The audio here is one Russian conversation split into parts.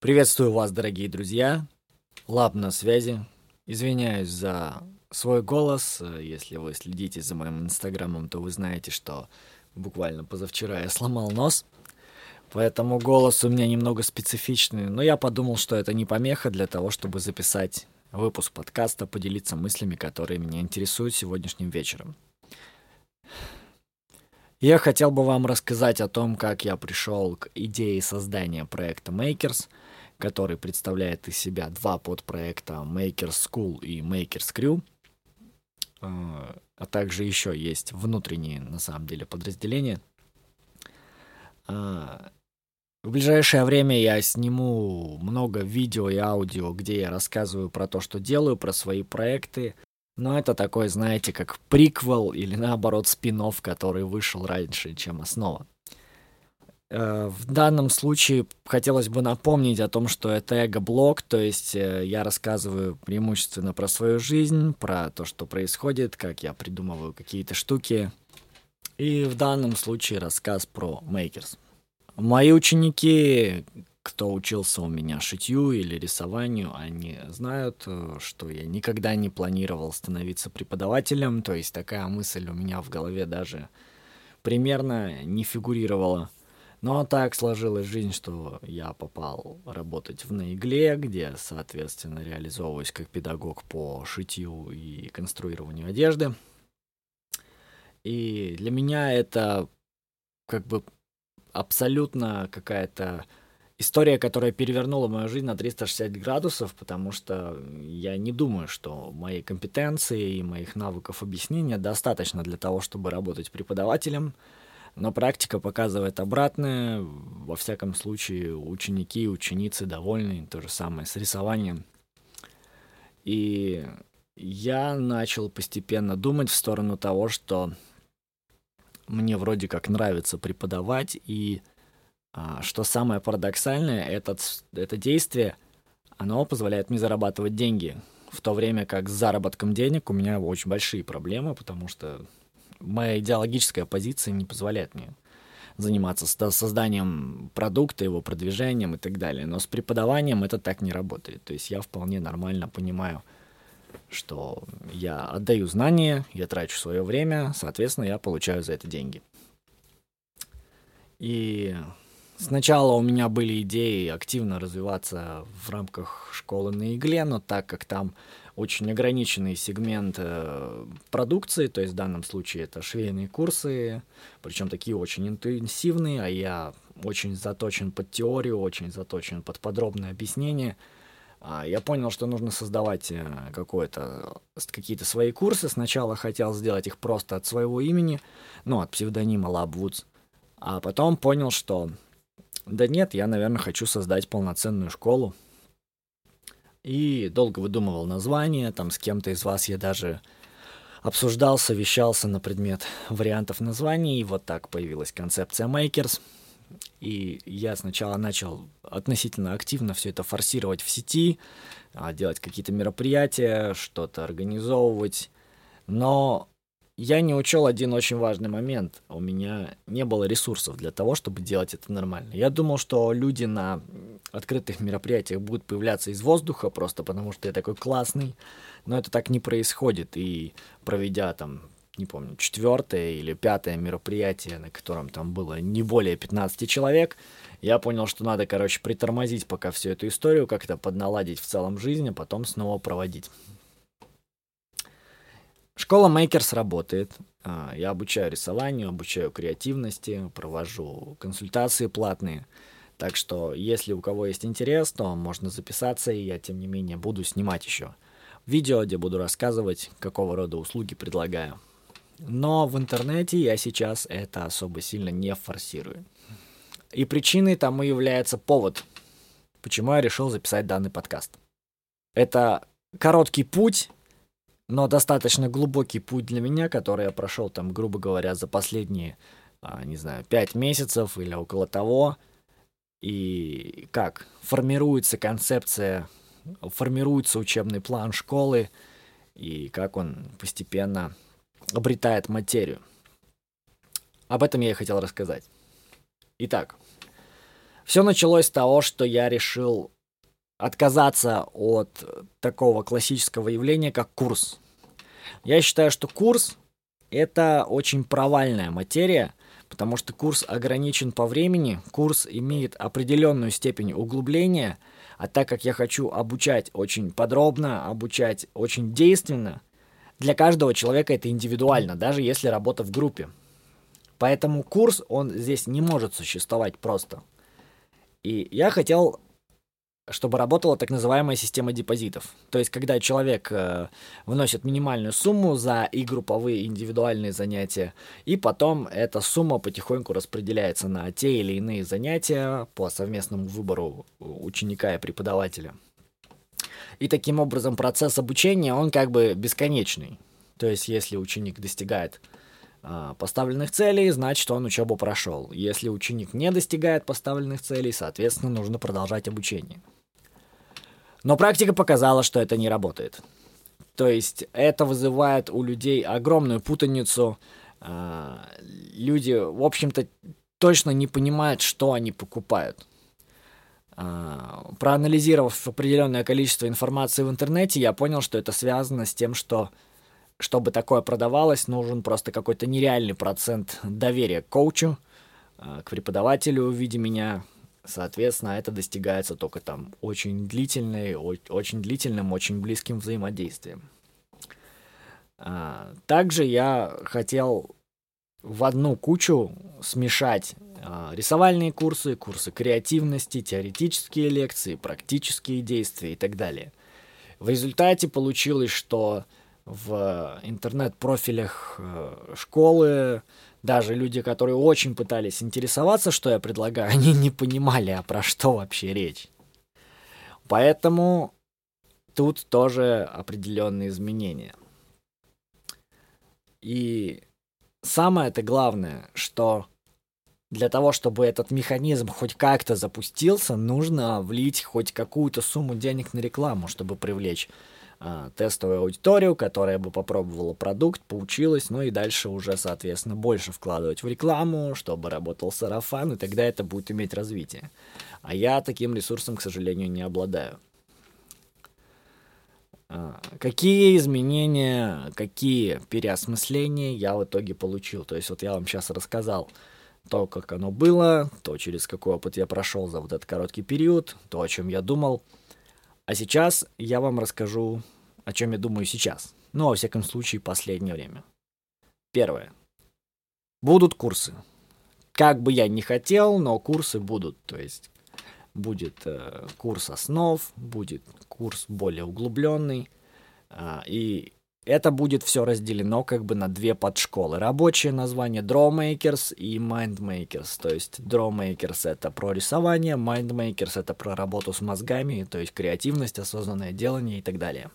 Приветствую вас, дорогие друзья. Лаб на связи. Извиняюсь за свой голос. Если вы следите за моим инстаграмом, то вы знаете, что буквально позавчера я сломал нос. Поэтому голос у меня немного специфичный. Но я подумал, что это не помеха для того, чтобы записать выпуск подкаста, поделиться мыслями, которые меня интересуют сегодняшним вечером. Я хотел бы вам рассказать о том, как я пришел к идее создания проекта Makers, который представляет из себя два подпроекта Makers School и Makers Crew. А также еще есть внутренние, на самом деле, подразделения. В ближайшее время я сниму много видео и аудио, где я рассказываю про то, что делаю, про свои проекты. Но это такой, знаете, как приквел или наоборот спин-офф, который вышел раньше, чем основа. В данном случае хотелось бы напомнить о том, что это эго-блог, то есть я рассказываю преимущественно про свою жизнь, про то, что происходит, как я придумываю какие-то штуки. И в данном случае рассказ про Makers. Мои ученики, кто учился у меня шитью или рисованию, они знают, что я никогда не планировал становиться преподавателем, то есть такая мысль у меня в голове даже примерно не фигурировала. Но так сложилась жизнь, что я попал работать в «На игле», где, соответственно, реализовываюсь как педагог по шитью и конструированию одежды. И для меня это как бы абсолютно какая-то история, которая перевернула мою жизнь на 360 градусов, потому что я не думаю, что моей компетенции и моих навыков объяснения достаточно для того, чтобы работать преподавателем. Но практика показывает обратное. Во всяком случае, ученики и ученицы довольны. То же самое с рисованием. И я начал постепенно думать в сторону того, что мне вроде как нравится преподавать. И что самое парадоксальное, это действие, оно позволяет мне зарабатывать деньги. В то время как с заработком денег у меня очень большие проблемы, потому что моя идеологическая позиция не позволяет мне заниматься созданием продукта, его продвижением и так далее. Но с преподаванием это так не работает. То есть я вполне нормально понимаю, что я отдаю знания, я трачу свое время, соответственно, я получаю за это деньги. И сначала у меня были идеи активно развиваться в рамках школы на игле, но так как там очень ограниченный сегмент продукции, то есть в данном случае это швейные курсы, причем такие очень интенсивные, а я очень заточен под теорию, очень заточен под подробное объяснение. Я понял, что нужно создавать какие-то свои курсы. Сначала хотел сделать их просто от своего имени, от псевдонима LabWoods, а потом понял, что да нет, я, наверное, хочу создать полноценную школу. И долго выдумывал название, там с кем-то из вас я даже обсуждал, совещался на предмет вариантов названий, и вот так появилась концепция Makers. И я сначала начал относительно активно все это форсировать в сети, делать какие-то мероприятия, что-то организовывать, но я не учел один очень важный момент. У меня не было ресурсов для того, чтобы делать это нормально. Я думал, что люди на открытых мероприятиях будут появляться из воздуха, просто потому что я такой классный. Но это так не происходит. И проведя там, не помню, 4-е или 5-е мероприятие, на котором там было не более 15 человек, я понял, что надо, притормозить пока всю эту историю, как-то подналадить в целом жизнь, а потом снова проводить. Школа Makers работает. Я обучаю рисованию, обучаю креативности, провожу консультации платные. Так что, если у кого есть интерес, то можно записаться, и я, тем не менее, буду снимать еще видео, где буду рассказывать, какого рода услуги предлагаю. Но в интернете я сейчас это особо сильно не форсирую. И причиной тому является повод, почему я решил записать данный подкаст. Это короткий путь, но достаточно глубокий путь для меня, который я прошел, там, грубо говоря, за последние, 5 месяцев или около того. И как формируется концепция, формируется учебный план школы, и как он постепенно обретает материю. Об этом я и хотел рассказать. Итак, все началось с того, что я решил отказаться от такого классического явления, как курс. Я считаю, что курс — это очень провальная материя, потому что курс ограничен по времени, курс имеет определенную степень углубления, а так как я хочу обучать очень подробно, обучать очень действенно, для каждого человека это индивидуально, даже если работа в группе. Поэтому курс, он здесь не может существовать просто. И я хотел, чтобы работала так называемая система депозитов. То есть, когда человек вносит минимальную сумму за и групповые, и индивидуальные занятия, и потом эта сумма потихоньку распределяется на те или иные занятия по совместному выбору ученика и преподавателя. И таким образом процесс обучения, он как бы бесконечный. То есть, если ученик достигает поставленных целей, значит, он учебу прошел. Если ученик не достигает поставленных целей, соответственно, нужно продолжать обучение. Но практика показала, что это не работает. То есть это вызывает у людей огромную путаницу. Люди, в общем-то, точно не понимают, что они покупают. Проанализировав определенное количество информации в интернете, я понял, что это связано с тем, что чтобы такое продавалось, нужен просто какой-то нереальный процент доверия к коучу, к преподавателю в виде меня. Соответственно, это достигается только там очень длительным, очень близким взаимодействием. Также я хотел в одну кучу смешать рисовальные курсы, курсы креативности, теоретические лекции, практические действия и так далее. В результате получилось, что в интернет-профилях школы даже люди, которые очень пытались интересоваться, что я предлагаю, они не понимали, а про что вообще речь. Поэтому тут тоже определенные изменения. И самое-то главное, что для того, чтобы этот механизм хоть как-то запустился, нужно влить хоть какую-то сумму денег на рекламу, чтобы привлечь тестовую аудиторию, которая бы попробовала продукт, поучилась, ну и дальше уже, соответственно, больше вкладывать в рекламу, чтобы работал сарафан, и тогда это будет иметь развитие. А я таким ресурсом, к сожалению, не обладаю. Какие изменения, какие переосмысления я в итоге получил? То есть вот я вам сейчас рассказал то, как оно было, то, через какой опыт я прошел за вот этот короткий период, то, о чем я думал. А сейчас я вам расскажу, о чем я думаю сейчас. Ну, во всяком случае, последнее время. Первое. Будут курсы. Как бы я ни хотел, но курсы будут. То есть будет курс основ, будет курс более углубленный. И это будет все разделено как бы на две подшколы. Рабочее название Drawmakers и Mindmakers. То есть Drawmakers — это про рисование, Mindmakers — это про работу с мозгами, то есть креативность, осознанное делание и так далее.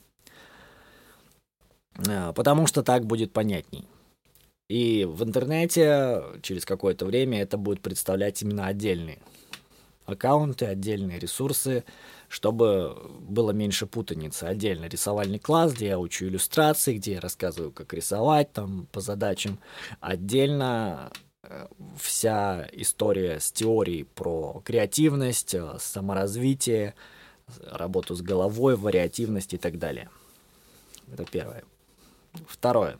Потому что так будет понятней. И в интернете через какое-то время это будет представлять именно отдельные аккаунты, отдельные ресурсы, чтобы было меньше путаницы. Отдельно рисовальный класс, где я учу иллюстрации, где я рассказываю, как рисовать там по задачам. Отдельно вся история с теорией про креативность, саморазвитие, работу с головой, вариативность и так далее. Это первое. Второе.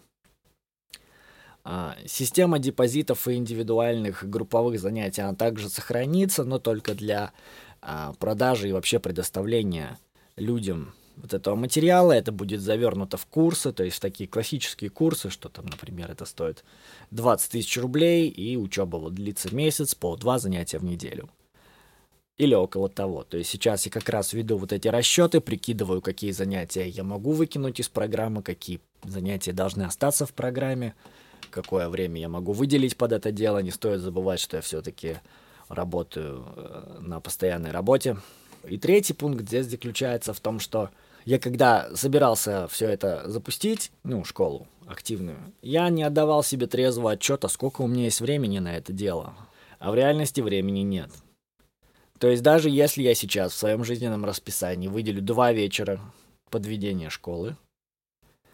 Система депозитов и индивидуальных групповых занятий, она также сохранится, но только для продажи и вообще предоставления людям вот этого материала. Это будет завернуто в курсы, то есть в такие классические курсы, что там, например, это стоит 20 тысяч рублей, и учеба вот длится месяц, по 2 занятия в неделю. Или около того. То есть сейчас я как раз веду вот эти расчеты, прикидываю, какие занятия я могу выкинуть из программы, какие занятия должны остаться в программе, какое время я могу выделить под это дело. Не стоит забывать, что я все-таки работаю на постоянной работе. И третий пункт здесь заключается в том, что я когда собирался все это запустить, школу активную, я не отдавал себе трезво отчета, сколько у меня есть времени на это дело. А в реальности времени нет. То есть даже если я сейчас в своем жизненном расписании выделю 2 вечера под ведение школы,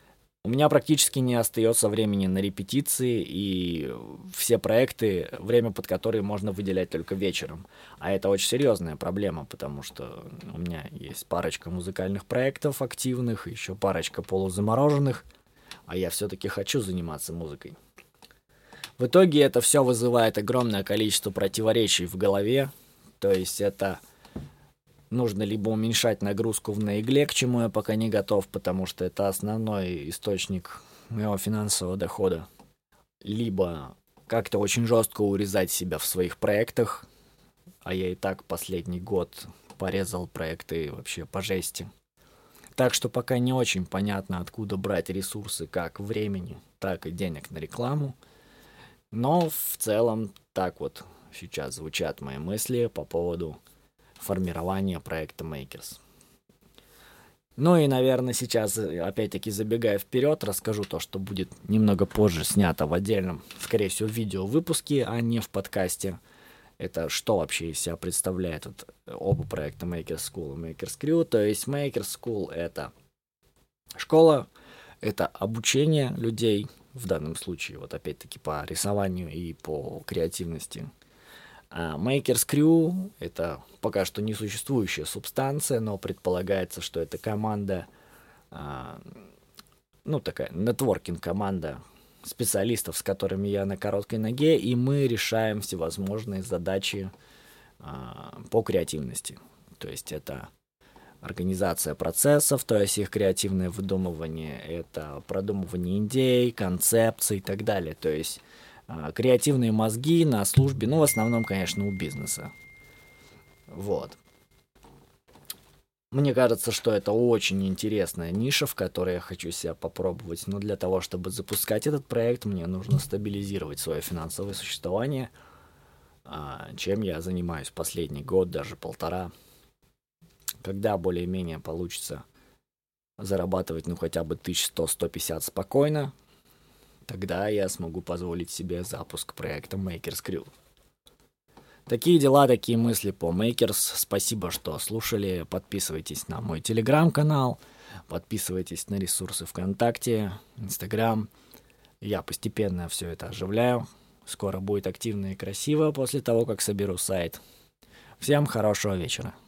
У меня практически не остается времени на репетиции, и все проекты, время под которые можно выделять только вечером. А это очень серьезная проблема, потому что у меня есть парочка музыкальных проектов активных, еще парочка полузамороженных, а я все-таки хочу заниматься музыкой. В итоге это все вызывает огромное количество противоречий в голове, то есть это нужно либо уменьшать нагрузку на игле, к чему я пока не готов, потому что это основной источник моего финансового дохода, либо как-то очень жестко урезать себя в своих проектах, а я и так последний год порезал проекты вообще по жести. Так что пока не очень понятно, откуда брать ресурсы как времени, так и денег на рекламу. Но в целом так вот сейчас звучат мои мысли по поводу формирования проекта Makers. Ну и, наверное, сейчас, опять-таки, забегая вперед, расскажу то, что будет немного позже снято в отдельном, скорее всего, видео-выпуске, а не в подкасте. Это что вообще из себя представляет вот, оба проекта Makers School и Makers Crew. То есть Makers School — это школа, это обучение людей, в данном случае, вот опять-таки, по рисованию и по креативности. А Makers Crew — это пока что несуществующая субстанция, но предполагается, что это команда, такая нетворкинг-команда специалистов, с которыми я на короткой ноге, и мы решаем всевозможные задачи по креативности. То есть это организация процессов, то есть их креативное выдумывание, это продумывание идей, концепций и так далее. То есть креативные мозги на службе, в основном, конечно, у бизнеса. Вот. Мне кажется, что это очень интересная ниша, в которой я хочу себя попробовать. Но для того, чтобы запускать этот проект, мне нужно стабилизировать свое финансовое существование, чем я занимаюсь последний год, даже полтора. Когда более-менее получится зарабатывать, хотя бы 1100-150 спокойно, тогда я смогу позволить себе запуск проекта Makers Crew. Такие дела, такие мысли по Makers. Спасибо, что слушали. Подписывайтесь на мой телеграм-канал, подписывайтесь на ресурсы ВКонтакте, Инстаграм. Я постепенно все это оживляю. Скоро будет активно и красиво после того, как соберу сайт. Всем хорошего вечера.